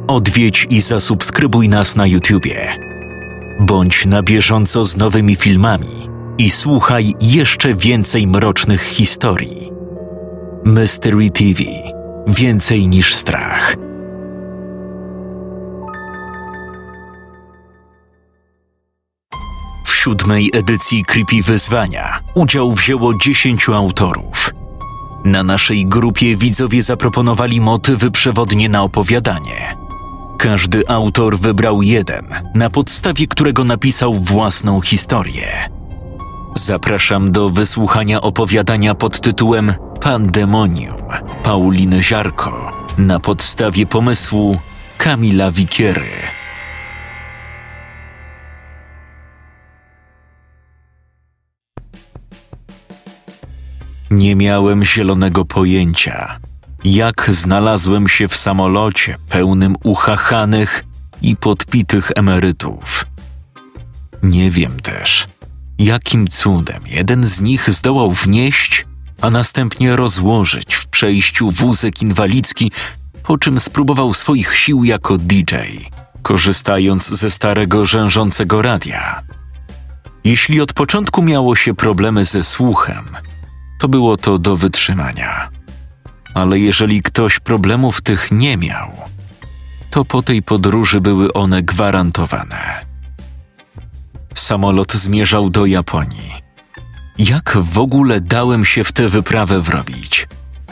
Odwiedź i zasubskrybuj nas na YouTubie. Bądź na bieżąco z nowymi filmami i słuchaj jeszcze więcej mrocznych historii. Mystery TV. Więcej niż strach. W 7. edycji Creepy Wyzwania udział wzięło 10 autorów. Na naszej grupie widzowie zaproponowali motywy przewodnie na opowiadanie. Każdy autor wybrał jeden, na podstawie którego napisał własną historię. Zapraszam do wysłuchania opowiadania pod tytułem Pandemonium Pauliny Ziarko na podstawie pomysłu Kamila Wikiery. Nie miałem zielonego pojęcia, jak znalazłem się w samolocie pełnym uchachanych i podpitych emerytów. Nie wiem też, jakim cudem jeden z nich zdołał wnieść, a następnie rozłożyć w przejściu wózek inwalidzki, po czym spróbował swoich sił jako DJ, korzystając ze starego rzężącego radia. Jeśli od początku miało się problemy ze słuchem, to było to do wytrzymania. Ale jeżeli ktoś problemów tych nie miał, to po tej podróży były one gwarantowane. Samolot zmierzał do Japonii. Jak w ogóle dałem się w tę wyprawę wrobić?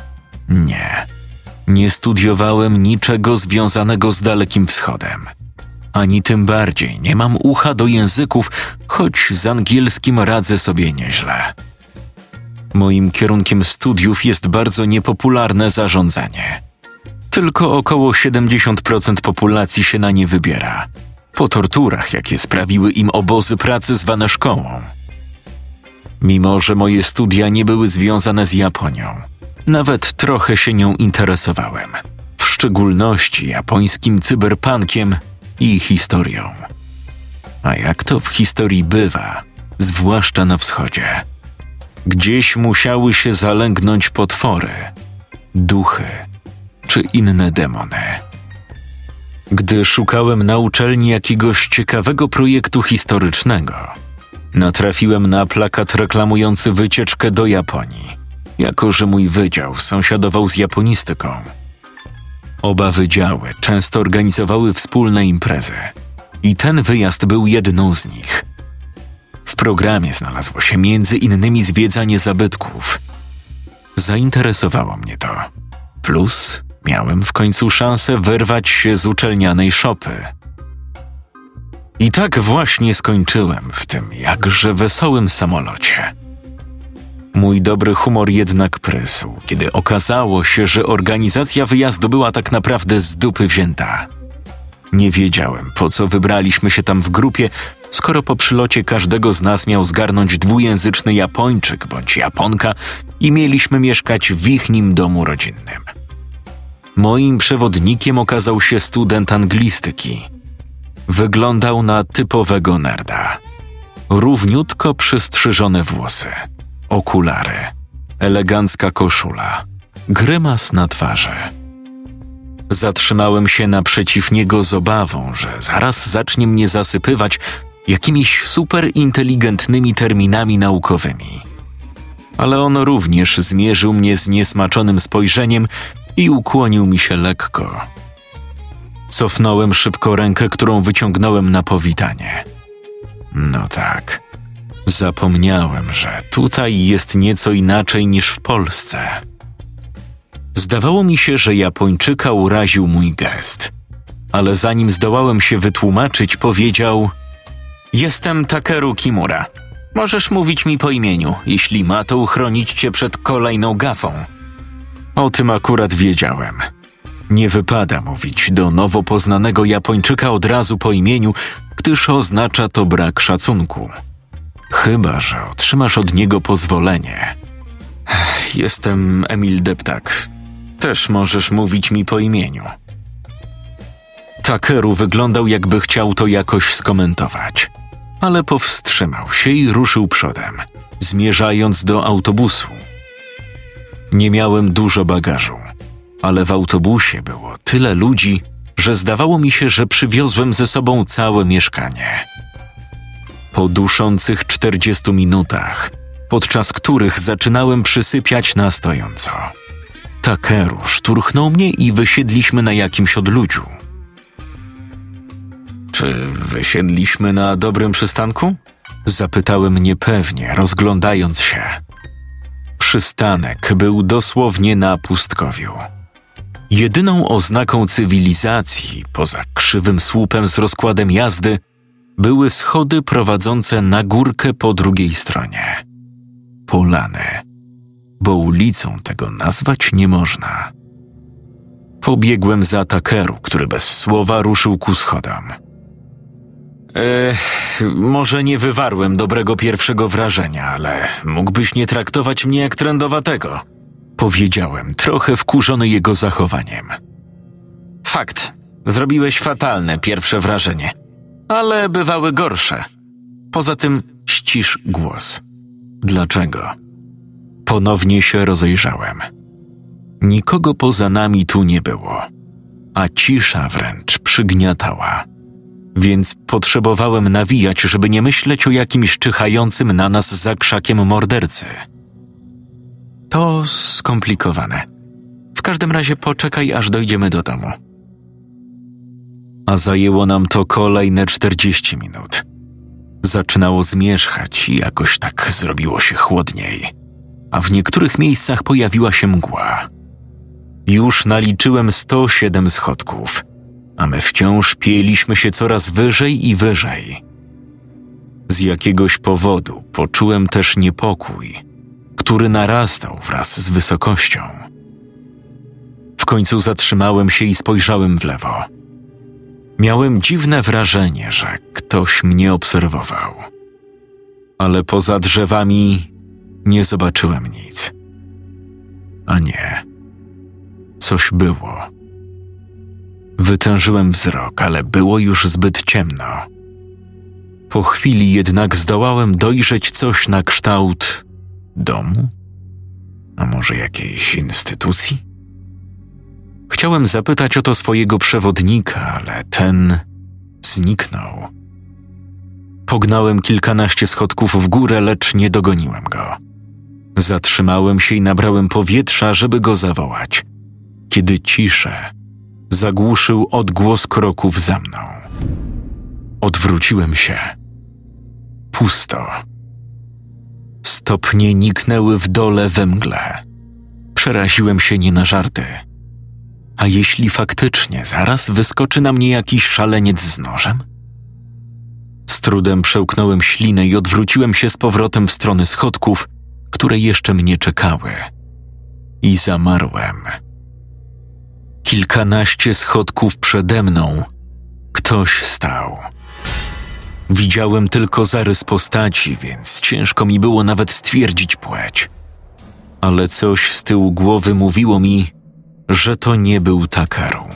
Nie studiowałem niczego związanego z Dalekim Wschodem. Ani tym bardziej nie mam ucha do języków, choć z angielskim radzę sobie nieźle. Moim kierunkiem studiów jest bardzo niepopularne zarządzanie. Tylko około 70% populacji się na nie wybiera, po torturach, jakie sprawiły im obozy pracy zwane szkołą. Mimo że moje studia nie były związane z Japonią, nawet trochę się nią interesowałem, w szczególności japońskim cyberpunkiem i historią. A jak to w historii bywa, zwłaszcza na wschodzie, gdzieś musiały się zalęgnąć potwory, duchy czy inne demony. Gdy szukałem na uczelni jakiegoś ciekawego projektu historycznego, natrafiłem na plakat reklamujący wycieczkę do Japonii, jako że mój wydział sąsiadował z japonistyką. Oba wydziały często organizowały wspólne imprezy i ten wyjazd był jedną z nich. W programie znalazło się między innymi zwiedzanie zabytków. Zainteresowało mnie to. Plus miałem w końcu szansę wyrwać się z uczelnianej szopy. I tak właśnie skończyłem w tym jakże wesołym samolocie. Mój dobry humor jednak prysł, kiedy okazało się, że organizacja wyjazdu była tak naprawdę z dupy wzięta. Nie wiedziałem, po co wybraliśmy się tam w grupie, skoro po przylocie każdego z nas miał zgarnąć dwujęzyczny Japończyk bądź Japonka i mieliśmy mieszkać w ich nim domu rodzinnym. Moim przewodnikiem okazał się student anglistyki. Wyglądał na typowego nerda. Równiutko przystrzyżone włosy, okulary, elegancka koszula, grymas na twarzy. Zatrzymałem się naprzeciw niego z obawą, że zaraz zacznie mnie zasypywać jakimiś superinteligentnymi terminami naukowymi. Ale on również zmierzył mnie z niesmaczonym spojrzeniem i ukłonił mi się lekko. Cofnąłem szybko rękę, którą wyciągnąłem na powitanie. No tak, zapomniałem, że tutaj jest nieco inaczej niż w Polsce. Zdawało mi się, że Japończyka uraził mój gest, ale zanim zdołałem się wytłumaczyć, powiedział: „Jestem Takeru Kimura. Możesz mówić mi po imieniu, jeśli ma to uchronić cię przed kolejną gafą”. O tym akurat wiedziałem. Nie wypada mówić do nowo poznanego Japończyka od razu po imieniu, gdyż oznacza to brak szacunku. Chyba że otrzymasz od niego pozwolenie. „Jestem Emil Deptak. Też możesz mówić mi po imieniu”. Takeru wyglądał, jakby chciał to jakoś skomentować, ale powstrzymał się i ruszył przodem, zmierzając do autobusu. Nie miałem dużo bagażu, ale w autobusie było tyle ludzi, że zdawało mi się, że przywiozłem ze sobą całe mieszkanie. Po duszących 40 minutach, podczas których zaczynałem przysypiać na stojąco, Takeru szturchnął mnie i wysiedliśmy na jakimś odludziu. Czy wysiedliśmy na dobrym przystanku? Zapytałem niepewnie, rozglądając się. Przystanek był dosłownie na pustkowiu. Jedyną oznaką cywilizacji, poza krzywym słupem z rozkładem jazdy, były schody prowadzące na górkę po drugiej stronie. Polany, bo ulicą tego nazwać nie można. Pobiegłem za Takeru, który bez słowa ruszył ku schodom. Może nie wywarłem dobrego pierwszego wrażenia, ale mógłbyś nie traktować mnie jak trędowatego, powiedziałem, trochę wkurzony jego zachowaniem. Fakt, zrobiłeś fatalne pierwsze wrażenie, ale bywały gorsze. Poza tym ścisz głos. Dlaczego? Ponownie się rozejrzałem. Nikogo poza nami tu nie było, a cisza wręcz przygniatała. Więc potrzebowałem nawijać, żeby nie myśleć o jakimś czyhającym na nas za krzakiem mordercy. To skomplikowane. W każdym razie poczekaj, aż dojdziemy do domu. A zajęło nam to kolejne 40 minut. Zaczynało zmierzchać i jakoś tak zrobiło się chłodniej, a w niektórych miejscach pojawiła się mgła. Już naliczyłem 107 schodków, a my wciąż pieliśmy się coraz wyżej i wyżej. Z jakiegoś powodu poczułem też niepokój, który narastał wraz z wysokością. W końcu zatrzymałem się i spojrzałem w lewo. Miałem dziwne wrażenie, że ktoś mnie obserwował. Ale poza drzewami nie zobaczyłem nic. A nie, coś było. Wytężyłem wzrok, ale było już zbyt ciemno. Po chwili jednak zdołałem dojrzeć coś na kształt domu? A może jakiejś instytucji? Chciałem zapytać o to swojego przewodnika, ale ten zniknął. Pognałem kilkanaście schodków w górę, lecz nie dogoniłem go. Zatrzymałem się i nabrałem powietrza, żeby go zawołać, kiedy ciszę zagłuszył odgłos kroków za mną. Odwróciłem się. Pusto. Stopnie niknęły w dole we mgle. Przeraziłem się nie na żarty. A jeśli faktycznie zaraz wyskoczy na mnie jakiś szaleniec z nożem? Z trudem przełknąłem ślinę i odwróciłem się z powrotem w stronę schodków, które jeszcze mnie czekały. I zamarłem. Kilkanaście schodków przede mną ktoś stał. Widziałem tylko zarys postaci, więc ciężko mi było nawet stwierdzić płeć. Ale coś z tyłu głowy mówiło mi, że to nie był Takeru.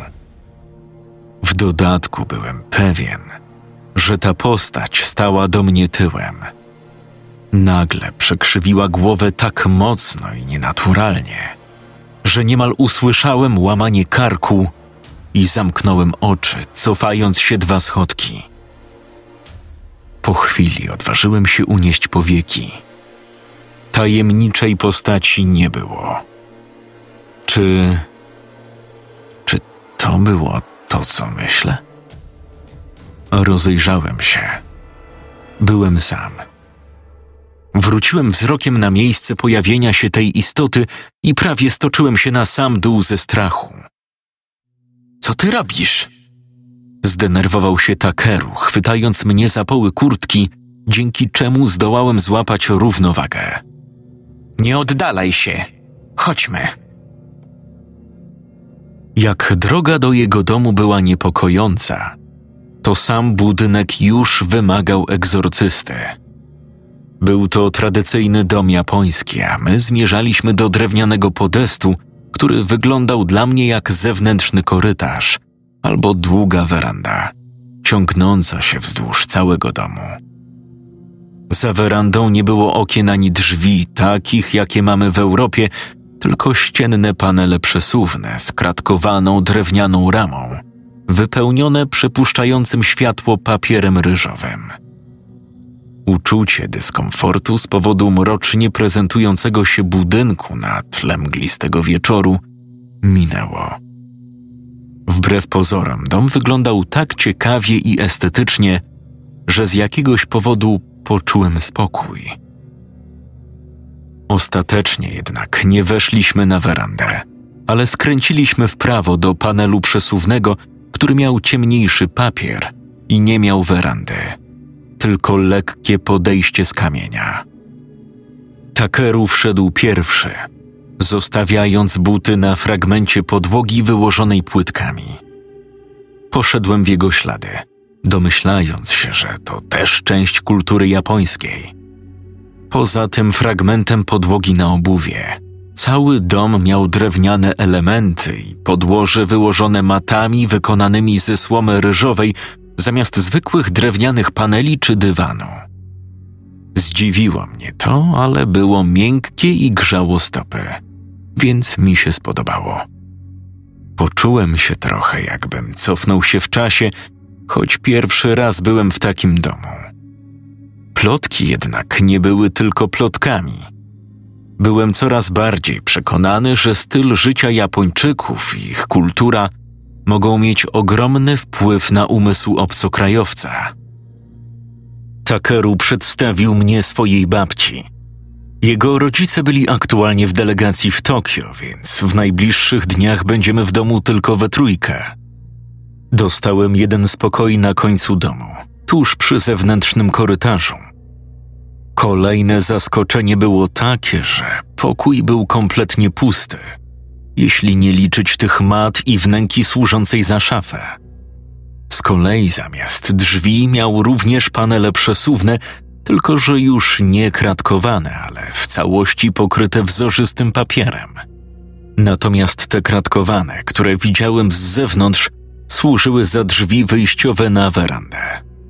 W dodatku byłem pewien, że ta postać stała do mnie tyłem. Nagle przekrzywiła głowę tak mocno i nienaturalnie, że niemal usłyszałem łamanie karku i zamknąłem oczy, cofając się 2 schodki. Po chwili odważyłem się unieść powieki. Tajemniczej postaci nie było. Czy to było to, co myślę? Rozejrzałem się. Byłem sam. Wróciłem wzrokiem na miejsce pojawienia się tej istoty i prawie stoczyłem się na sam dół ze strachu. Co ty robisz? Zdenerwował się Takeru, chwytając mnie za poły kurtki, dzięki czemu zdołałem złapać równowagę. Nie oddalaj się. Chodźmy. Jak droga do jego domu była niepokojąca, to sam budynek już wymagał egzorcysty. Był to tradycyjny dom japoński, a my zmierzaliśmy do drewnianego podestu, który wyglądał dla mnie jak zewnętrzny korytarz albo długa weranda, ciągnąca się wzdłuż całego domu. Za werandą nie było okien ani drzwi, takich jakie mamy w Europie, tylko ścienne panele przesuwne z kratkowaną drewnianą ramą, wypełnione przepuszczającym światło papierem ryżowym. Uczucie dyskomfortu z powodu mrocznie prezentującego się budynku na tle mglistego wieczoru minęło. Wbrew pozorom dom wyglądał tak ciekawie i estetycznie, że z jakiegoś powodu poczułem spokój. Ostatecznie jednak nie weszliśmy na werandę, ale skręciliśmy w prawo do panelu przesuwnego, który miał ciemniejszy papier i nie miał werandy, tylko lekkie podejście z kamienia. Takeru wszedł pierwszy, zostawiając buty na fragmencie podłogi wyłożonej płytkami. Poszedłem w jego ślady, domyślając się, że to też część kultury japońskiej. Poza tym fragmentem podłogi na obuwie, cały dom miał drewniane elementy i podłoże wyłożone matami wykonanymi ze słomy ryżowej zamiast zwykłych drewnianych paneli czy dywanu. Zdziwiło mnie to, ale było miękkie i grzało stopy, więc mi się spodobało. Poczułem się trochę, jakbym cofnął się w czasie, choć pierwszy raz byłem w takim domu. Plotki jednak nie były tylko plotkami. Byłem coraz bardziej przekonany, że styl życia Japończyków i ich kultura mogą mieć ogromny wpływ na umysł obcokrajowca. Takeru przedstawił mnie swojej babci. Jego rodzice byli aktualnie w delegacji w Tokio, więc w najbliższych dniach będziemy w domu tylko we trójkę. Dostałem jeden z pokoi na końcu domu, tuż przy zewnętrznym korytarzu. Kolejne zaskoczenie było takie, że pokój był kompletnie pusty, jeśli nie liczyć tych mat i wnęki służącej za szafę. Z kolei zamiast drzwi miał również panele przesuwne, tylko że już nie kratkowane, ale w całości pokryte wzorzystym papierem. Natomiast te kratkowane, które widziałem z zewnątrz, służyły za drzwi wyjściowe na werandę.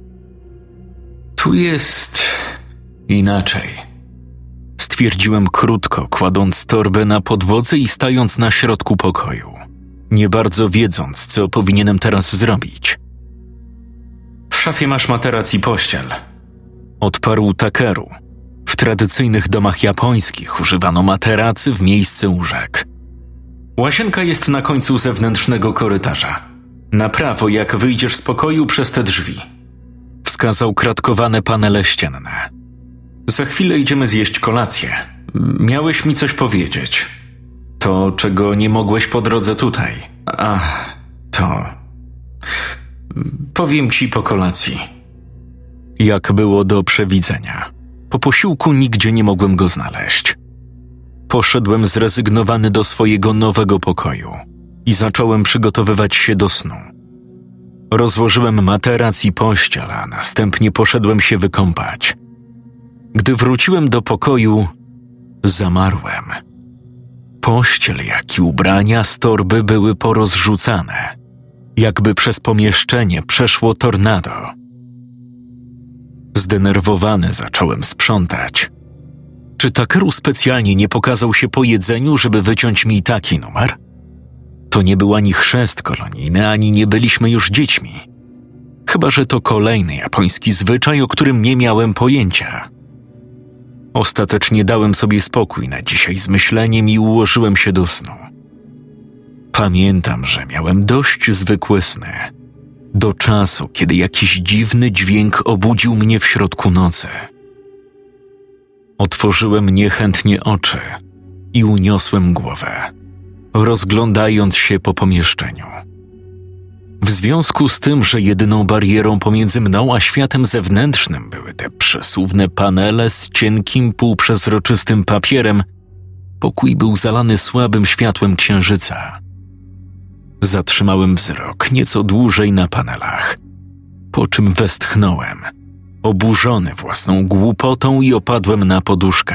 Tu jest inaczej, stwierdziłem krótko, kładąc torbę na podłodze i stając na środku pokoju, nie bardzo wiedząc, co powinienem teraz zrobić. W szafie masz materac i pościel, odparł Takeru. W tradycyjnych domach japońskich używano materacy w miejsce łóżek. Łazienka jest na końcu zewnętrznego korytarza. Na prawo, jak wyjdziesz z pokoju przez te drzwi. Wskazał kratkowane panele ścienne. Za chwilę idziemy zjeść kolację. Miałeś mi coś powiedzieć. To, czego nie mogłeś po drodze tutaj. To... Powiem ci po kolacji. Jak było do przewidzenia. Po posiłku nigdzie nie mogłem go znaleźć. Poszedłem zrezygnowany do swojego nowego pokoju i zacząłem przygotowywać się do snu. Rozłożyłem materac i pościel, a następnie poszedłem się wykąpać. Gdy wróciłem do pokoju, zamarłem. Pościel, jak i ubrania z torby były porozrzucane, jakby przez pomieszczenie przeszło tornado. Zdenerwowany zacząłem sprzątać. Czy Takeru specjalnie nie pokazał się po jedzeniu, żeby wyciąć mi taki numer? To nie był ani chrzest kolonijny, ani nie byliśmy już dziećmi. Chyba że to kolejny japoński zwyczaj, o którym nie miałem pojęcia. Ostatecznie dałem sobie spokój na dzisiaj z myśleniem i ułożyłem się do snu. Pamiętam, że miałem dość zwykłe sny. Do czasu, kiedy jakiś dziwny dźwięk obudził mnie w środku nocy. Otworzyłem niechętnie oczy i uniosłem głowę, rozglądając się po pomieszczeniu. W związku z tym, że jedyną barierą pomiędzy mną a światem zewnętrznym były te przesuwne panele z cienkim, półprzezroczystym papierem, pokój był zalany słabym światłem księżyca. Zatrzymałem wzrok nieco dłużej na panelach, po czym westchnąłem, oburzony własną głupotą i opadłem na poduszkę.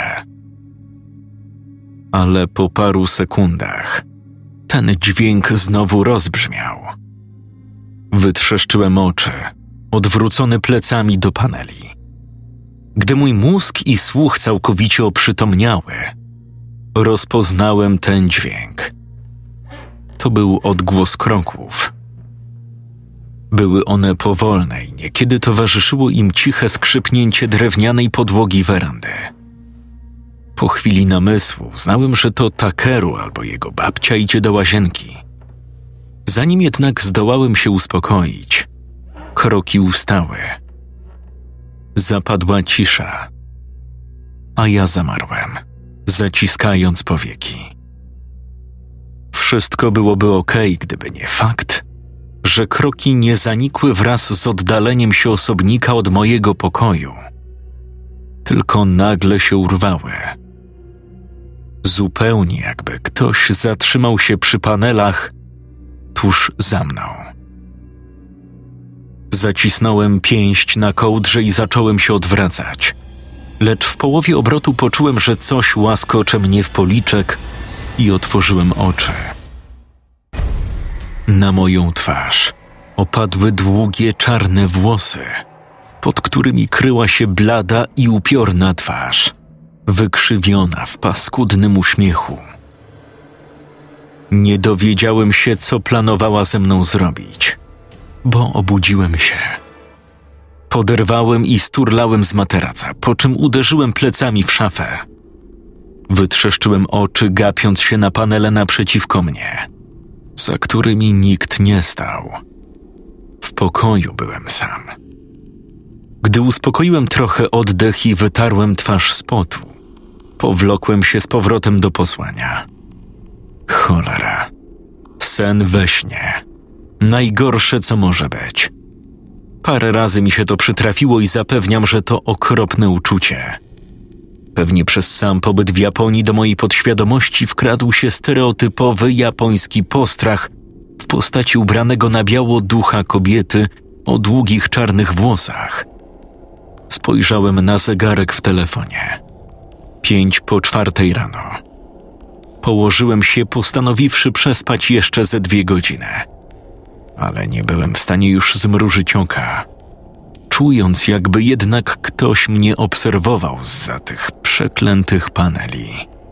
Ale po paru sekundach ten dźwięk znowu rozbrzmiał. Wytrzeszczyłem oczy, odwrócony plecami do paneli. Gdy mój mózg i słuch całkowicie oprzytomniały, rozpoznałem ten dźwięk. To był odgłos kroków. Były one powolne i niekiedy towarzyszyło im ciche skrzypnięcie drewnianej podłogi werandy. Po chwili namysłu znałem, że to Takeru albo jego babcia idzie do łazienki. Zanim jednak zdołałem się uspokoić, kroki ustały. Zapadła cisza, a ja zamarłem, zaciskając powieki. Wszystko byłoby okej, gdyby nie fakt, że kroki nie zanikły wraz z oddaleniem się osobnika od mojego pokoju, tylko nagle się urwały. Zupełnie jakby ktoś zatrzymał się przy panelach tuż za mną. Zacisnąłem pięść na kołdrze i zacząłem się odwracać, lecz w połowie obrotu poczułem, że coś łaskocze mnie w policzek i otworzyłem oczy. Na moją twarz opadły długie, czarne włosy, pod którymi kryła się blada i upiorna twarz, wykrzywiona w paskudnym uśmiechu. Nie dowiedziałem się, co planowała ze mną zrobić, bo obudziłem się. Poderwałem i sturlałem z materaca, po czym uderzyłem plecami w szafę. Wytrzeszczyłem oczy, gapiąc się na panele naprzeciwko mnie, za którymi nikt nie stał. W pokoju byłem sam. Gdy uspokoiłem trochę oddech i wytarłem twarz z potu, powlokłem się z powrotem do posłania. Cholera. Sen we śnie. Najgorsze, co może być. Parę razy mi się to przytrafiło i zapewniam, że to okropne uczucie. Pewnie przez sam pobyt w Japonii do mojej podświadomości wkradł się stereotypowy japoński postrach w postaci ubranego na biało ducha kobiety o długich czarnych włosach. Spojrzałem na zegarek w telefonie. 3:55 rano. Położyłem się, postanowiwszy przespać jeszcze ze 2 godziny. Ale nie byłem w stanie już zmrużyć oka, czując, jakby jednak ktoś mnie obserwował zza tych przeklętych paneli.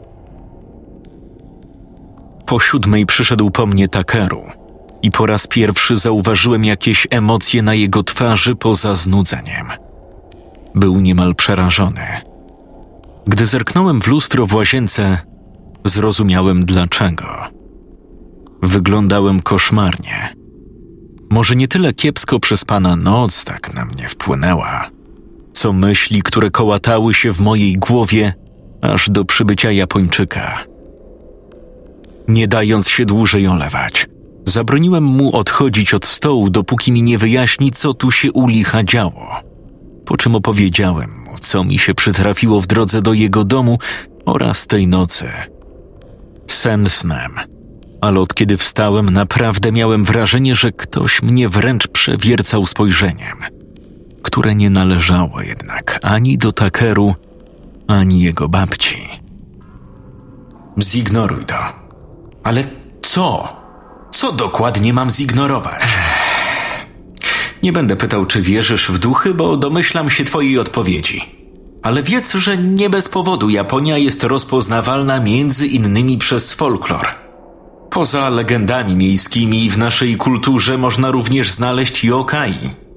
Po 7 przyszedł po mnie Takeru i po raz pierwszy zauważyłem jakieś emocje na jego twarzy poza znudzeniem. Był niemal przerażony. Gdy zerknąłem w lustro w łazience, zrozumiałem dlaczego. Wyglądałem koszmarnie. Może nie tyle kiepsko przez pana noc tak na mnie wpłynęła, co myśli, które kołatały się w mojej głowie aż do przybycia Japończyka. Nie dając się dłużej olewać, zabroniłem mu odchodzić od stołu, dopóki mi nie wyjaśni, co tu się u licha działo. Po czym opowiedziałem mu, co mi się przytrafiło w drodze do jego domu oraz tej nocy. Sen snem, ale od kiedy wstałem, naprawdę miałem wrażenie, że ktoś mnie wręcz przewiercał spojrzeniem, które nie należało jednak ani do Takeru, ani jego babci. Zignoruj to. Ale co? Co dokładnie mam zignorować? Nie będę pytał, czy wierzysz w duchy, bo domyślam się twojej odpowiedzi. Ale wiedz, że nie bez powodu Japonia jest rozpoznawalna między innymi przez folklor. Poza legendami miejskimi w naszej kulturze można również znaleźć yokai.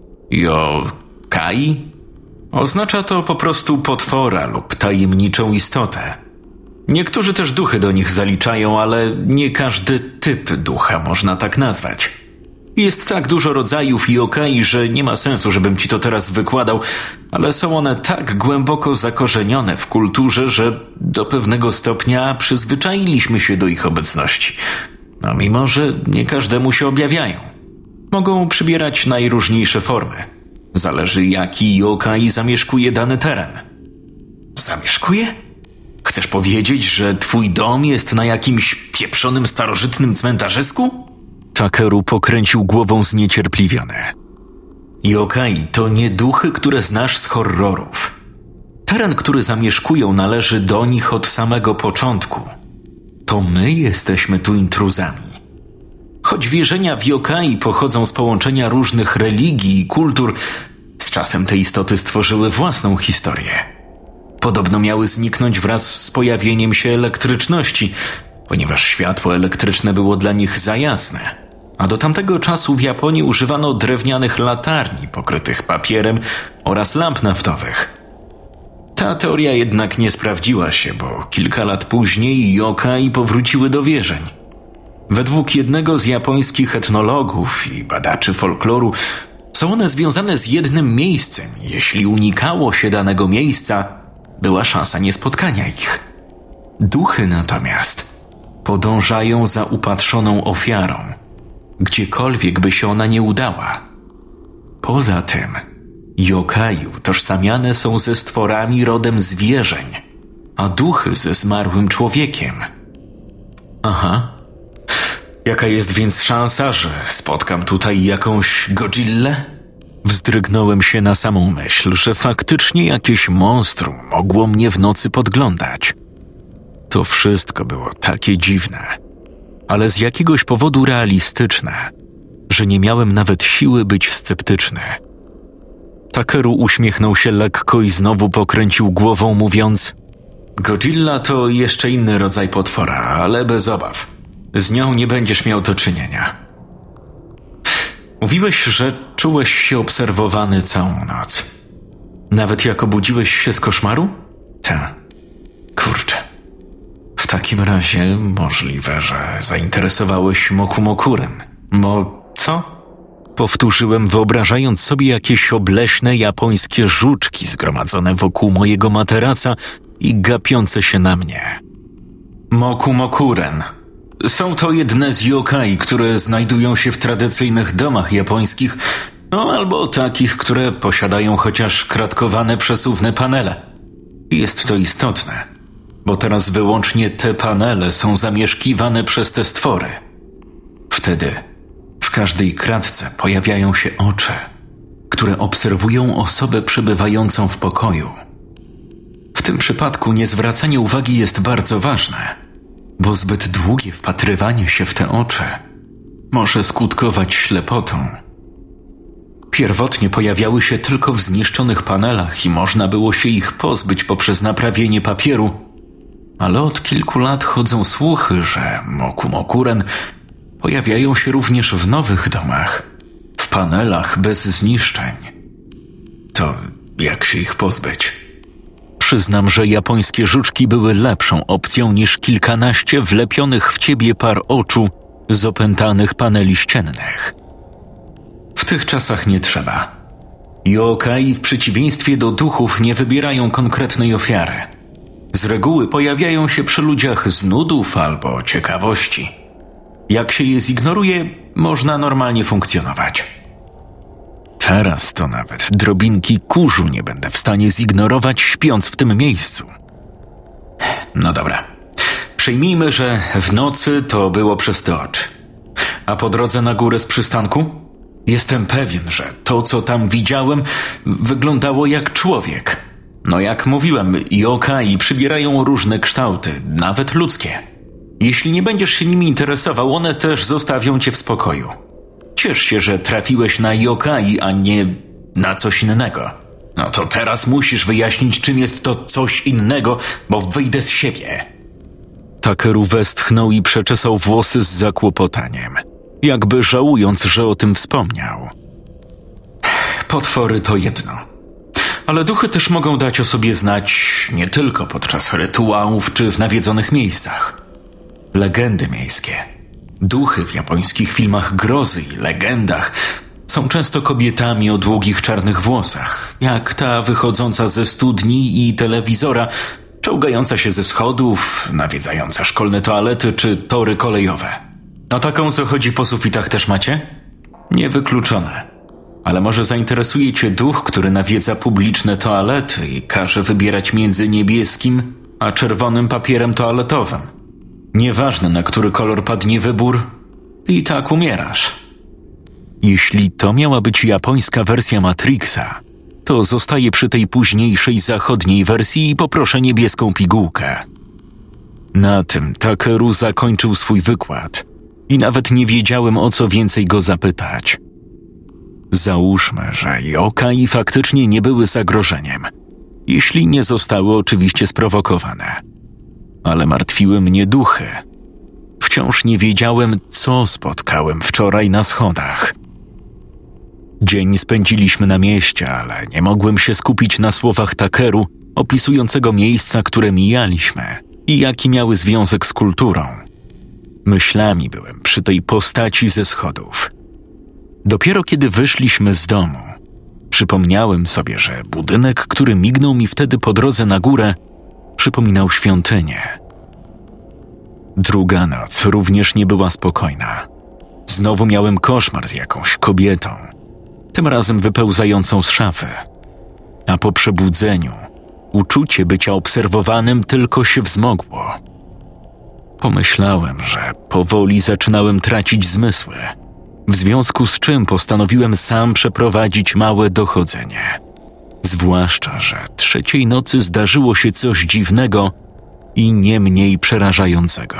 Yokai? Oznacza to po prostu potwora lub tajemniczą istotę. Niektórzy też duchy do nich zaliczają, ale nie każdy typ ducha można tak nazwać. Jest tak dużo rodzajów yokai, że nie ma sensu, żebym ci to teraz wykładał, ale są one tak głęboko zakorzenione w kulturze, że do pewnego stopnia przyzwyczailiśmy się do ich obecności. No mimo, że nie każdemu się objawiają. Mogą przybierać najróżniejsze formy. Zależy, jaki yokai zamieszkuje dany teren. Zamieszkuje? Chcesz powiedzieć, że twój dom jest na jakimś pieprzonym starożytnym cmentarzysku? Takeru pokręcił głową zniecierpliwiony. Yokai to nie duchy, które znasz z horrorów. Teren, który zamieszkują, należy do nich od samego początku. To my jesteśmy tu intruzami. Choć wierzenia w yokai pochodzą z połączenia różnych religii i kultur, z czasem te istoty stworzyły własną historię. Podobno miały zniknąć wraz z pojawieniem się elektryczności, ponieważ światło elektryczne było dla nich za jasne. a do tamtego czasu w Japonii używano drewnianych latarni pokrytych papierem oraz lamp naftowych. Ta teoria jednak nie sprawdziła się, bo kilka lat później yokai powróciły do wierzeń. Według jednego z japońskich etnologów i badaczy folkloru są one związane z jednym miejscem. Jeśli unikało się danego miejsca, była szansa niespotkania ich. Duchy natomiast podążają za upatrzoną ofiarą, gdziekolwiek by się ona nie udała. Poza tym, yokai utożsamiane są ze stworami rodem z wierzeń, a duchy ze zmarłym człowiekiem. Aha. Jaka jest więc szansa, że spotkam tutaj jakąś Godzillę? Wzdrygnąłem się na samą myśl, że faktycznie jakieś monstrum mogło mnie w nocy podglądać. To wszystko było takie dziwne, ale z jakiegoś powodu realistyczne, że nie miałem nawet siły być sceptyczny. Takeru uśmiechnął się lekko i znowu pokręcił głową, mówiąc: Godzilla to jeszcze inny rodzaj potwora, ale bez obaw. Z nią nie będziesz miał do czynienia. Mówiłeś, że czułeś się obserwowany całą noc. Nawet jak obudziłeś się z koszmaru? Tak. Kurczę. W takim razie możliwe, że zainteresowałeś Mokumokuren. Co? Powtórzyłem, wyobrażając sobie jakieś obleśne japońskie żuczki zgromadzone wokół mojego materaca i gapiące się na mnie. Mokumokuren. Są to jedne z yokai, które znajdują się w tradycyjnych domach japońskich, albo takich, które posiadają chociaż kratkowane przesuwne panele. Jest to istotne, bo teraz wyłącznie te panele są zamieszkiwane przez te stwory. Wtedy w każdej kratce pojawiają się oczy, które obserwują osobę przebywającą w pokoju. W tym przypadku niezwracanie uwagi jest bardzo ważne, bo zbyt długie wpatrywanie się w te oczy może skutkować ślepotą. Pierwotnie pojawiały się tylko w zniszczonych panelach i można było się ich pozbyć poprzez naprawienie papieru, ale od kilku lat chodzą słuchy, że Mokumokuren pojawiają się również w nowych domach, w panelach bez zniszczeń. To jak się ich pozbyć? Przyznam, że japońskie żuczki były lepszą opcją niż kilkanaście wlepionych w ciebie par oczu z opętanych paneli ściennych. W tych czasach nie trzeba. Yokai w przeciwieństwie do duchów nie wybierają konkretnej ofiary. Z reguły pojawiają się przy ludziach z nudów albo ciekawości. Jak się je zignoruje, można normalnie funkcjonować. Teraz to nawet drobinki kurzu nie będę w stanie zignorować, śpiąc w tym miejscu. No dobra. Przyjmijmy, że w nocy to było przez te oczy. A po drodze na górę z przystanku? Jestem pewien, że to, co tam widziałem, wyglądało jak człowiek. Jak mówiłem, yokai przybierają różne kształty, nawet ludzkie. Jeśli nie będziesz się nimi interesował, one też zostawią cię w spokoju. Ciesz się, że trafiłeś na yokai, a nie na coś innego. To teraz musisz wyjaśnić, czym jest to coś innego, bo wyjdę z siebie. Takeru westchnął i przeczesał włosy z zakłopotaniem, jakby żałując, że o tym wspomniał. Potwory to jedno, ale duchy też mogą dać o sobie znać nie tylko podczas rytuałów czy w nawiedzonych miejscach. Legendy miejskie, duchy w japońskich filmach grozy i legendach są często kobietami o długich czarnych włosach, jak ta wychodząca ze studni i telewizora, czołgająca się ze schodów, nawiedzająca szkolne toalety czy tory kolejowe. Taką, co chodzi po sufitach, też macie? Niewykluczone. Ale może zainteresuje cię duch, który nawiedza publiczne toalety i każe wybierać między niebieskim a czerwonym papierem toaletowym. Nieważne, na który kolor padnie wybór, i tak umierasz. Jeśli to miała być japońska wersja Matrixa, to zostaję przy tej późniejszej zachodniej wersji i poproszę niebieską pigułkę. Na tym Takeru zakończył swój wykład i nawet nie wiedziałem, o co więcej go zapytać. Załóżmy, że yokai faktycznie nie były zagrożeniem, jeśli nie zostały oczywiście sprowokowane. Ale martwiły mnie duchy. wciąż nie wiedziałem, co spotkałem wczoraj na schodach. Dzień spędziliśmy na mieście, ale nie mogłem się skupić na słowach Tuckeru opisującego miejsca, które mijaliśmy i jaki miały związek z kulturą. Myślami byłem przy tej postaci ze schodów. Dopiero kiedy wyszliśmy z domu, przypomniałem sobie, że budynek, który mignął mi wtedy po drodze na górę, przypominał świątynię. Druga noc również nie była spokojna. Znowu miałem koszmar z jakąś kobietą, tym razem wypełzającą z szafy. A po przebudzeniu uczucie bycia obserwowanym tylko się wzmogło. Pomyślałem, że powoli zaczynałem tracić zmysły, w związku z czym postanowiłem sam przeprowadzić małe dochodzenie. Zwłaszcza, że trzeciej nocy zdarzyło się coś dziwnego i nie mniej przerażającego.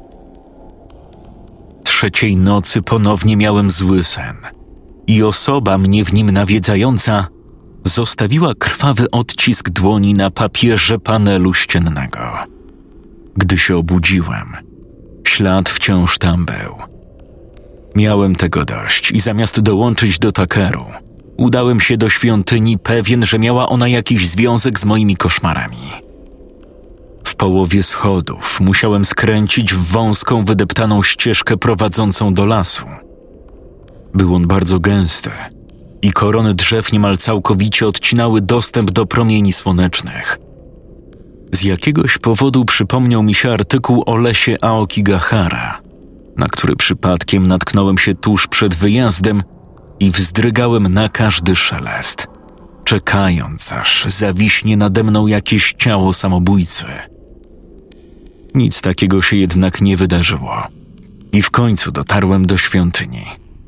Trzeciej nocy ponownie miałem zły sen i osoba mnie w nim nawiedzająca zostawiła krwawy odcisk dłoni na papierze panelu ściennego. Gdy się obudziłem, ślad wciąż tam był. Miałem tego dość i zamiast dołączyć do Tuckeru, udałem się do świątyni pewien, że miała ona jakiś związek z moimi koszmarami. W połowie schodów musiałem skręcić w wąską, wydeptaną ścieżkę prowadzącą do lasu. Był on bardzo gęsty i korony drzew niemal całkowicie odcinały dostęp do promieni słonecznych. Z jakiegoś powodu przypomniał mi się artykuł o lesie Aokigahara, na który przypadkiem natknąłem się tuż przed wyjazdem i wzdrygałem na każdy szelest, czekając, aż zawiśnie nade mną jakieś ciało samobójcy. Nic takiego się jednak nie wydarzyło i w końcu dotarłem do świątyni.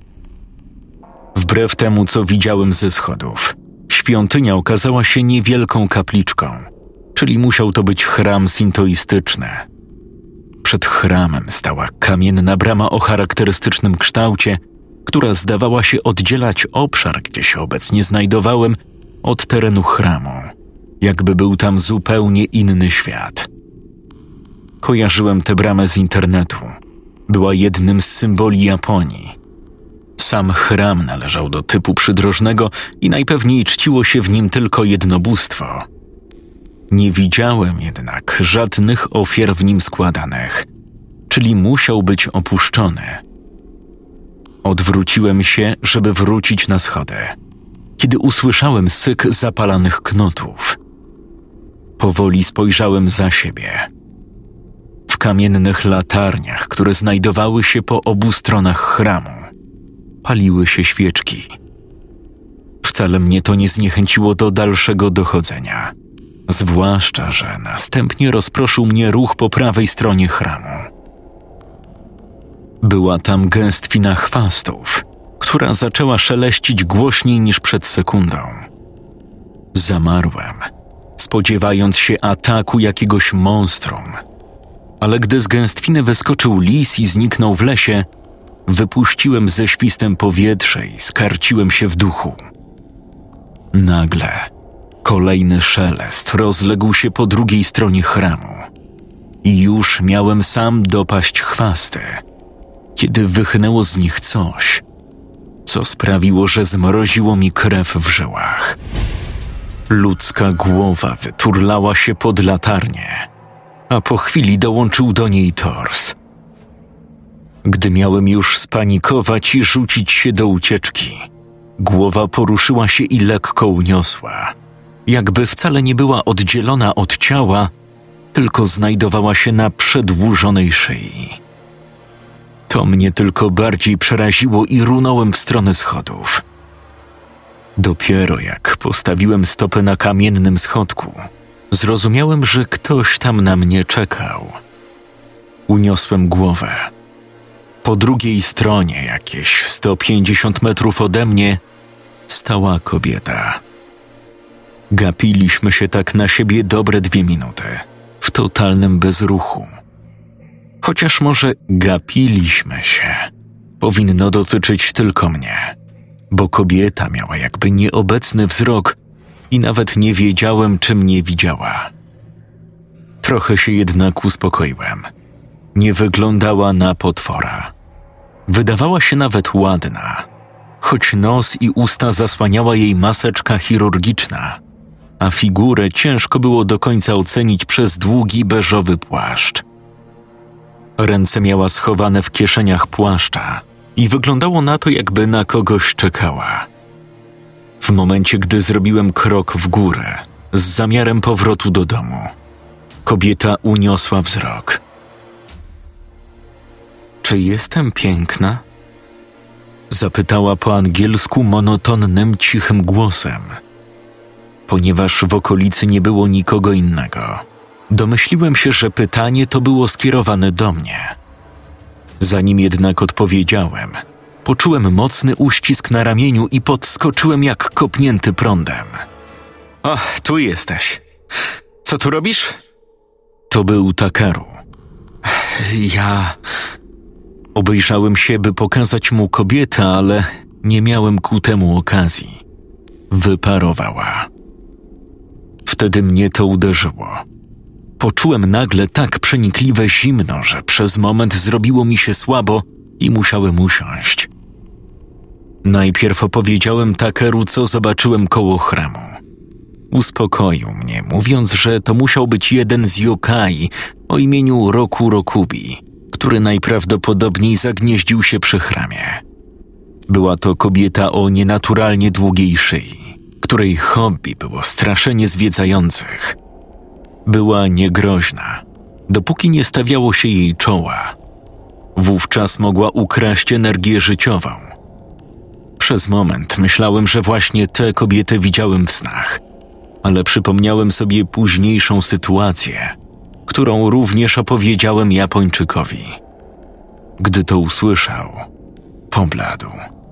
Wbrew temu, co widziałem ze schodów, świątynia okazała się niewielką kapliczką, czyli musiał to być chram sintoistyczny. Przed chramem stała kamienna brama o charakterystycznym kształcie, która zdawała się oddzielać obszar, gdzie się obecnie znajdowałem, od terenu chramu, jakby był tam zupełnie inny świat. Kojarzyłem tę bramę z internetu. Była jednym z symboli Japonii. Sam chram należał do typu przydrożnego i najpewniej czciło się w nim tylko jednobóstwo. Nie widziałem jednak żadnych ofiar w nim składanych, czyli musiał być opuszczony. Odwróciłem się, żeby wrócić na schody, kiedy usłyszałem syk zapalanych knotów. Powoli spojrzałem za siebie. W kamiennych latarniach, które znajdowały się po obu stronach chramu, paliły się świeczki. Wcale mnie to nie zniechęciło do dalszego dochodzenia, zwłaszcza, że następnie rozproszył mnie ruch po prawej stronie chramu. Była tam gęstwina chwastów, która zaczęła szeleścić głośniej niż przed sekundą. Zamarłem, spodziewając się ataku jakiegoś monstrum, ale gdy z gęstwiny wyskoczył lis i zniknął w lesie, wypuściłem ze świstem powietrze i skarciłem się w duchu. Nagle kolejny szelest rozległ się po drugiej stronie chramu i już miałem sam dopaść chwasty, kiedy wychnęło z nich coś, co sprawiło, że zmroziło mi krew w żyłach. Ludzka głowa wyturlała się pod latarnię, a po chwili dołączył do niej tors. Gdy miałem już spanikować i rzucić się do ucieczki, głowa poruszyła się i lekko uniosła, jakby wcale nie była oddzielona od ciała, tylko znajdowała się na przedłużonej szyi. To mnie tylko bardziej przeraziło i runąłem w stronę schodów. Dopiero jak postawiłem stopę na kamiennym schodku, zrozumiałem, że ktoś tam na mnie czekał. Uniosłem głowę. Po drugiej stronie, jakieś 150 metrów ode mnie, stała kobieta. Gapiliśmy się tak na siebie dobre 2 minuty, w totalnym bezruchu. Chociaż może gapiliśmy się, powinno dotyczyć tylko mnie, bo kobieta miała jakby nieobecny wzrok i nawet nie wiedziałem, czy mnie widziała. Trochę się jednak uspokoiłem, Nie wyglądała na potwora. Wydawała się nawet ładna, choć nos i usta zasłaniała jej maseczka chirurgiczna, a figurę ciężko było do końca ocenić przez długi beżowy płaszcz. Ręce miała schowane w kieszeniach płaszcza i wyglądało na to, jakby na kogoś czekała. W momencie, gdy zrobiłem krok w górę, z zamiarem powrotu do domu, kobieta uniosła wzrok. Czy jestem piękna? Zapytała po angielsku monotonnym, cichym głosem. Ponieważ w okolicy nie było nikogo innego, domyśliłem się, że pytanie to było skierowane do mnie. Zanim jednak odpowiedziałem, poczułem mocny uścisk na ramieniu i podskoczyłem jak kopnięty prądem. O, tu jesteś. Co tu robisz? To był Takeru. Ja... Obejrzałem się, by pokazać mu kobietę, ale nie miałem ku temu okazji. Wyparowała. Wtedy mnie to uderzyło. Poczułem nagle tak przenikliwe zimno, że przez moment zrobiło mi się słabo i musiałem usiąść. Najpierw opowiedziałem Takeru, co zobaczyłem koło chramu. Uspokoił mnie, mówiąc, że to musiał być jeden z yokai o imieniu Roku Rokubi, który najprawdopodobniej zagnieździł się przy chramie. Była to kobieta o nienaturalnie długiej szyi, której hobby było straszenie zwiedzających. Była niegroźna, dopóki nie stawiało się jej czoła. Wówczas mogła ukraść energię życiową. Przez moment myślałem, że właśnie tę kobietę widziałem w snach, ale przypomniałem sobie późniejszą sytuację, którą również opowiedziałem Japończykowi. Gdy to usłyszał, pobladł.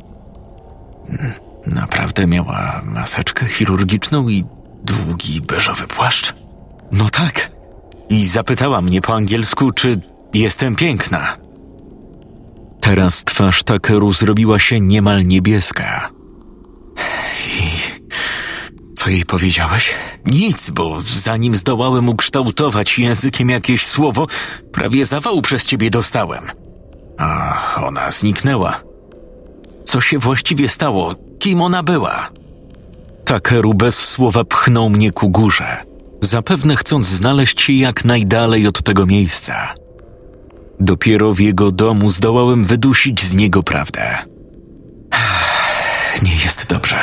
Naprawdę miała maseczkę chirurgiczną i długi beżowy płaszcz? No tak. I zapytała mnie po angielsku, czy jestem piękna. Teraz twarz Takeru zrobiła się niemal niebieska. I co jej powiedziałeś? Nic, bo zanim zdołałem ukształtować językiem jakieś słowo, prawie zawału przez ciebie dostałem. A ona zniknęła. Co się właściwie stało? Kim ona była? Takeru bez słowa pchnął mnie ku górze, zapewne chcąc znaleźć się jak najdalej od tego miejsca. Dopiero w jego domu zdołałem wydusić z niego prawdę. Nie jest dobrze.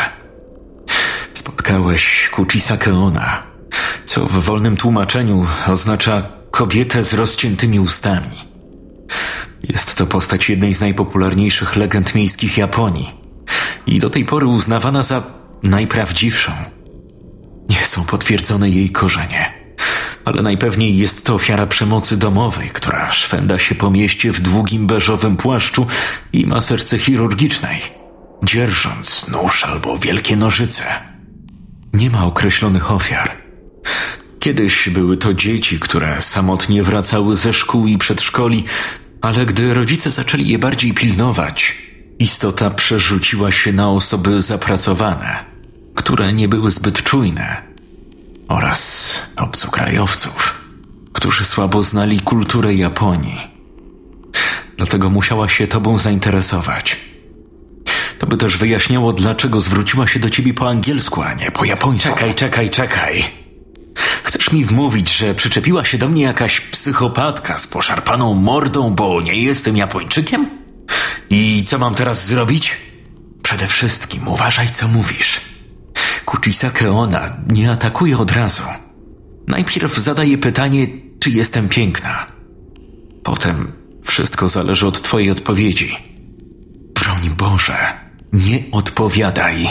Spotkałeś Kuchisake Onna, co w wolnym tłumaczeniu oznacza kobietę z rozciętymi ustami. Jest to postać jednej z najpopularniejszych legend miejskich Japonii i do tej pory uznawana za najprawdziwszą. Nie są potwierdzone jej korzenie, ale najpewniej jest to ofiara przemocy domowej, która szwenda się po mieście w długim beżowym płaszczu i maseczce chirurgicznej, dzierżąc nóż albo wielkie nożyce. Nie ma określonych ofiar. Kiedyś były to dzieci, które samotnie wracały ze szkół i przedszkoli, ale gdy rodzice zaczęli je bardziej pilnować, istota przerzuciła się na osoby zapracowane, które nie były zbyt czujne, oraz obcokrajowców, którzy słabo znali kulturę Japonii. Dlatego musiała się tobą zainteresować. To by też wyjaśniało, dlaczego zwróciła się do ciebie po angielsku, a nie po japońsku. Czekaj. Chcesz mi wmówić, że przyczepiła się do mnie jakaś psychopatka z poszarpaną mordą, bo nie jestem Japończykiem? I co mam teraz zrobić? Przede wszystkim uważaj, co mówisz. Kuchisake Onna nie atakuje od razu. Najpierw zadaje pytanie, czy jestem piękna. Potem wszystko zależy od twojej odpowiedzi. Broń Boże, nie odpowiadaj.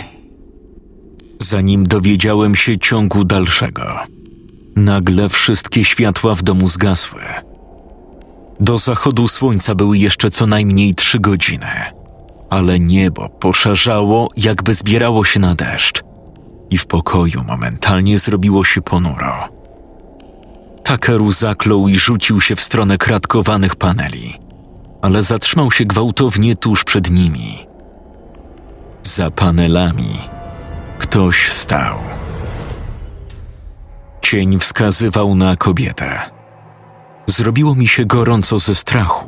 Zanim dowiedziałem się ciągu dalszego, nagle wszystkie światła w domu zgasły. Do zachodu słońca były jeszcze co najmniej 3 godziny, ale niebo poszarzało, jakby zbierało się na deszcz i w pokoju momentalnie zrobiło się ponuro. Takeru zaklął i rzucił się w stronę kratkowanych paneli, ale zatrzymał się gwałtownie tuż przed nimi. Za panelami ktoś stał. Cień wskazywał na kobietę. Zrobiło mi się gorąco ze strachu.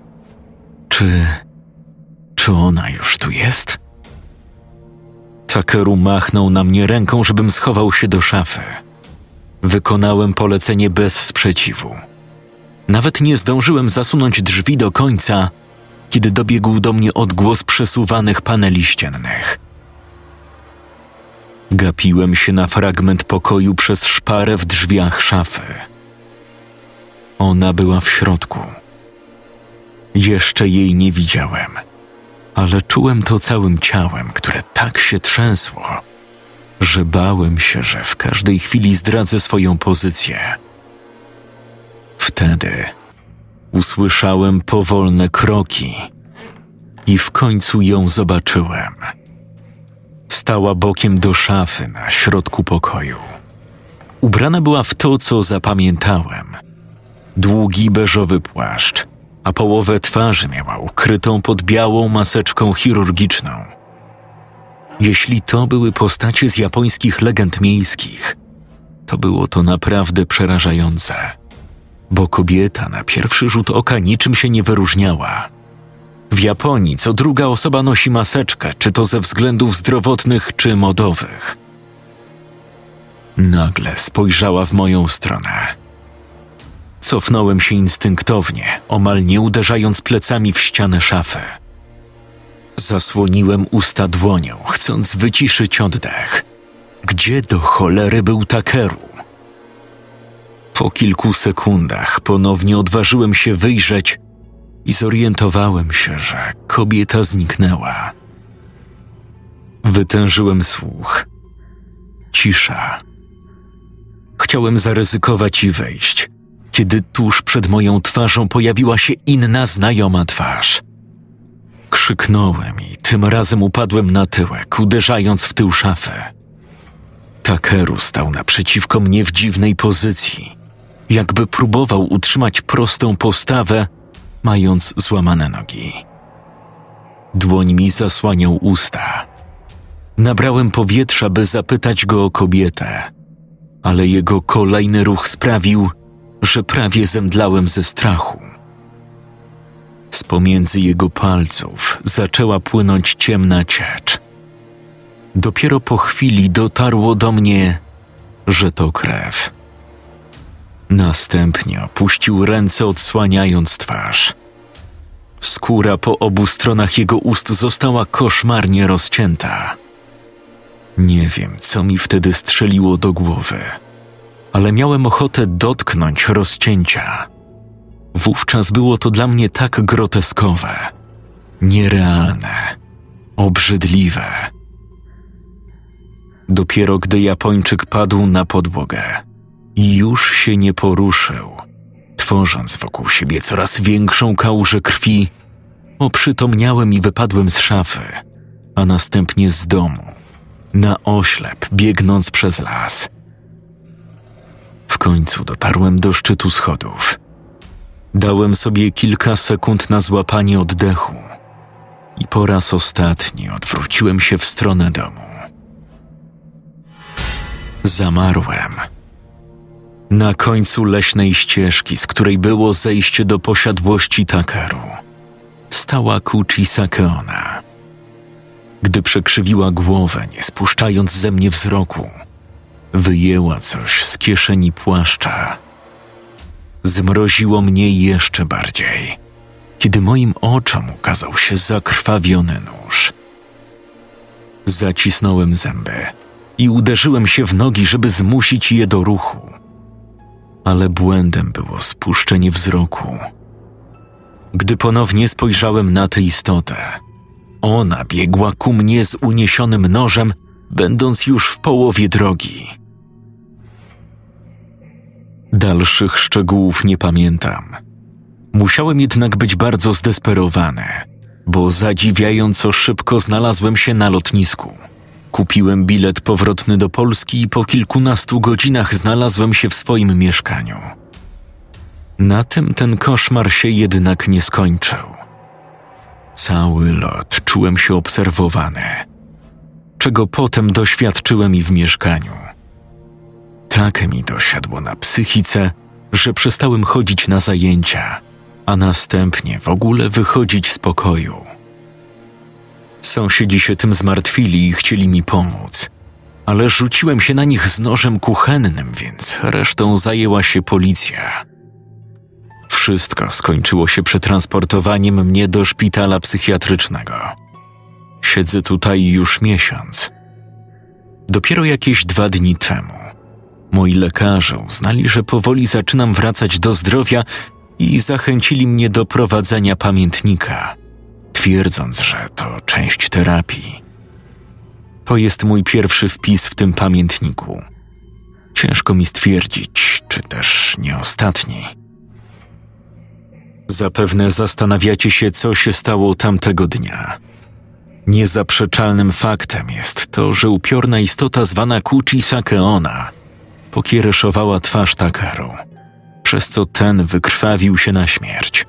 Czy ona już tu jest? Takeru machnął na mnie ręką, żebym schował się do szafy. Wykonałem polecenie bez sprzeciwu. Nawet nie zdążyłem zasunąć drzwi do końca, kiedy dobiegł do mnie odgłos przesuwanych paneli ściennych. Gapiłem się na fragment pokoju przez szparę w drzwiach szafy. Ona była w środku. Jeszcze jej nie widziałem, ale czułem to całym ciałem, które tak się trzęsło, że bałem się, że w każdej chwili zdradzę swoją pozycję. Wtedy usłyszałem powolne kroki i w końcu ją zobaczyłem. Stała bokiem do szafy na środku pokoju. Ubrana była w to, co zapamiętałem. Długi beżowy płaszcz, a połowę twarzy miała ukrytą pod białą maseczką chirurgiczną. Jeśli to były postacie z japońskich legend miejskich, to było to naprawdę przerażające, bo kobieta na pierwszy rzut oka niczym się nie wyróżniała. W Japonii co druga osoba nosi maseczkę, czy to ze względów zdrowotnych, czy modowych. Nagle spojrzała w moją stronę. Cofnąłem się instynktownie, omal nie uderzając plecami w ścianę szafy. Zasłoniłem usta dłonią, chcąc wyciszyć oddech. Gdzie do cholery był Takeru? Po kilku sekundach ponownie odważyłem się wyjrzeć i zorientowałem się, że kobieta zniknęła. Wytężyłem słuch. Cisza. Chciałem zaryzykować i wejść, kiedy tuż przed moją twarzą pojawiła się inna znajoma twarz. Krzyknąłem i tym razem upadłem na tyłek, uderzając w tył szafy. Takeru stał naprzeciwko mnie w dziwnej pozycji, jakby próbował utrzymać prostą postawę, mając złamane nogi. Dłoń mi zasłaniał usta. Nabrałem powietrza, by zapytać go o kobietę, ale jego kolejny ruch sprawił, że prawie zemdlałem ze strachu. Z pomiędzy jego palców zaczęła płynąć ciemna ciecz. Dopiero po chwili dotarło do mnie, że to krew. Następnie opuścił ręce, odsłaniając twarz. Skóra po obu stronach jego ust została koszmarnie rozcięta. Nie wiem, co mi wtedy strzeliło do głowy, ale miałem ochotę dotknąć rozcięcia. Wówczas było to dla mnie tak groteskowe, nierealne, obrzydliwe. Dopiero gdy Japończyk padł na podłogę i już się nie poruszył, tworząc wokół siebie coraz większą kałużę krwi, oprzytomniałem i wypadłem z szafy, a następnie z domu, na oślep biegnąc przez las. W końcu dotarłem do szczytu schodów. Dałem sobie kilka sekund na złapanie oddechu i po raz ostatni odwróciłem się w stronę domu. Zamarłem. Na końcu leśnej ścieżki, z której było zejście do posiadłości Takeru, stała Kuchisake Onna. Gdy przekrzywiła głowę, nie spuszczając ze mnie wzroku, wyjęła coś z kieszeni płaszcza. Zmroziło mnie jeszcze bardziej, kiedy moim oczom ukazał się zakrwawiony nóż. Zacisnąłem zęby i uderzyłem się w nogi, żeby zmusić je do ruchu. Ale błędem było spuszczenie wzroku. Gdy ponownie spojrzałem na tę istotę, ona biegła ku mnie z uniesionym nożem, będąc już w połowie drogi. Dalszych szczegółów nie pamiętam. Musiałem jednak być bardzo zdesperowany, bo zadziwiająco szybko znalazłem się na lotnisku. Kupiłem bilet powrotny do Polski i po kilkunastu godzinach znalazłem się w swoim mieszkaniu. Na tym ten koszmar się jednak nie skończył. Cały lot czułem się obserwowany, czego potem doświadczyłem i w mieszkaniu. Tak mi dosiadło na psychice, że przestałem chodzić na zajęcia, a następnie w ogóle wychodzić z pokoju. Sąsiedzi się tym zmartwili i chcieli mi pomóc, ale rzuciłem się na nich z nożem kuchennym, więc resztą zajęła się policja. Wszystko skończyło się przetransportowaniem mnie do szpitala psychiatrycznego. Siedzę tutaj już miesiąc. Dopiero jakieś 2 dni temu moi lekarze uznali, że powoli zaczynam wracać do zdrowia i zachęcili mnie do prowadzenia pamiętnika, twierdząc, że to część terapii. To jest mój pierwszy wpis w tym pamiętniku. Ciężko mi stwierdzić, czy też nie ostatni. Zapewne zastanawiacie się, co się stało tamtego dnia. Niezaprzeczalnym faktem jest to, że upiorna istota zwana Kuchi Sakeona pokiereszowała twarz Takeru, przez co ten wykrwawił się na śmierć.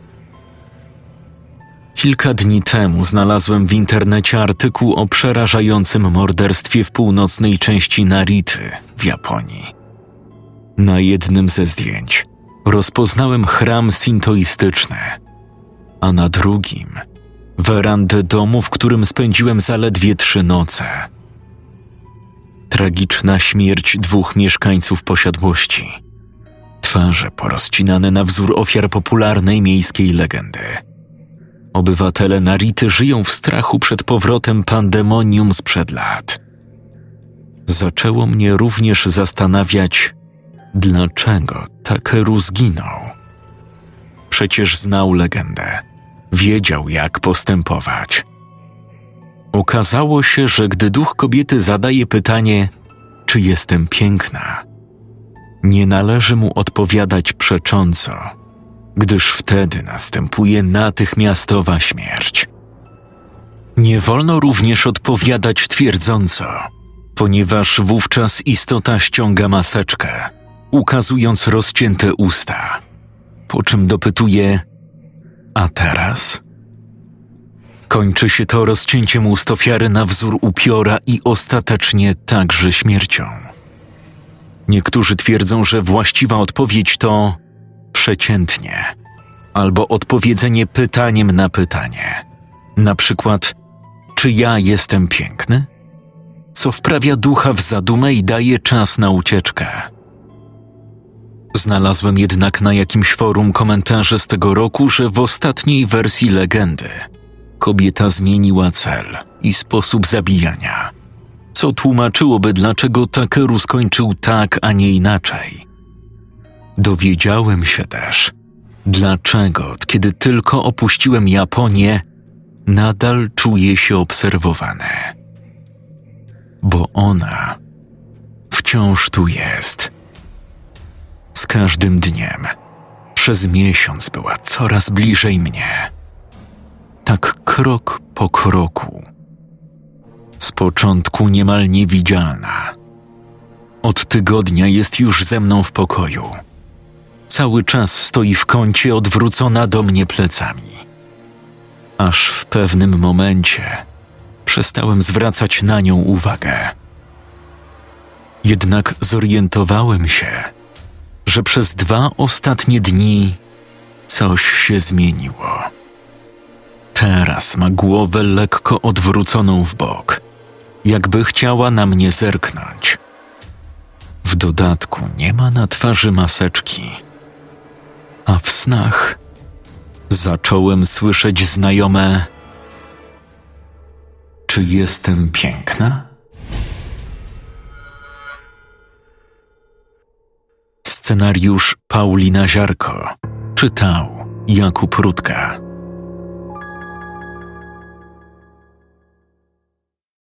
Kilka dni temu znalazłem w internecie artykuł o przerażającym morderstwie w północnej części Narity w Japonii. Na jednym ze zdjęć rozpoznałem chram sintoistyczny, a na drugim werandę domu, w którym spędziłem zaledwie 3 noce. Tragiczna śmierć 2 mieszkańców posiadłości. Twarze porozcinane na wzór ofiar popularnej miejskiej legendy. Obywatele Narity żyją w strachu przed powrotem pandemonium sprzed lat. Zaczęło mnie również zastanawiać, dlaczego Takeru zginął. Przecież znał legendę. Wiedział, jak postępować. Okazało się, że gdy duch kobiety zadaje pytanie, czy jestem piękna, nie należy mu odpowiadać przecząco, gdyż wtedy następuje natychmiastowa śmierć. Nie wolno również odpowiadać twierdząco, ponieważ wówczas istota ściąga maseczkę, ukazując rozcięte usta, po czym dopytuje: a teraz? Kończy się to rozcięciem ust ofiary na wzór upiora i ostatecznie także śmiercią. Niektórzy twierdzą, że właściwa odpowiedź to przeciętnie, albo odpowiedzenie pytaniem na pytanie. Na przykład, czy ja jestem piękny? Co wprawia ducha w zadumę i daje czas na ucieczkę. Znalazłem jednak na jakimś forum komentarze z tego roku, że w ostatniej wersji legendy kobieta zmieniła cel i sposób zabijania, co tłumaczyłoby, dlaczego Takeru skończył tak, a nie inaczej. Dowiedziałem się też, dlaczego, kiedy tylko opuściłem Japonię, nadal czuję się obserwowany. Bo ona wciąż tu jest. Z każdym dniem, przez miesiąc była coraz bliżej mnie. Tak krok po kroku. Z początku niemal niewidzialna. Od tygodnia jest już ze mną w pokoju. Cały czas stoi w kącie, odwrócona do mnie plecami. Aż w pewnym momencie przestałem zwracać na nią uwagę. Jednak zorientowałem się, że przez 2 ostatnie dni coś się zmieniło. Teraz ma głowę lekko odwróconą w bok, jakby chciała na mnie zerknąć. W dodatku nie ma na twarzy maseczki, a w snach zacząłem słyszeć znajome: czy jestem piękna? Scenariusz Paulina Ziarko. Czytał Jakub Rutka.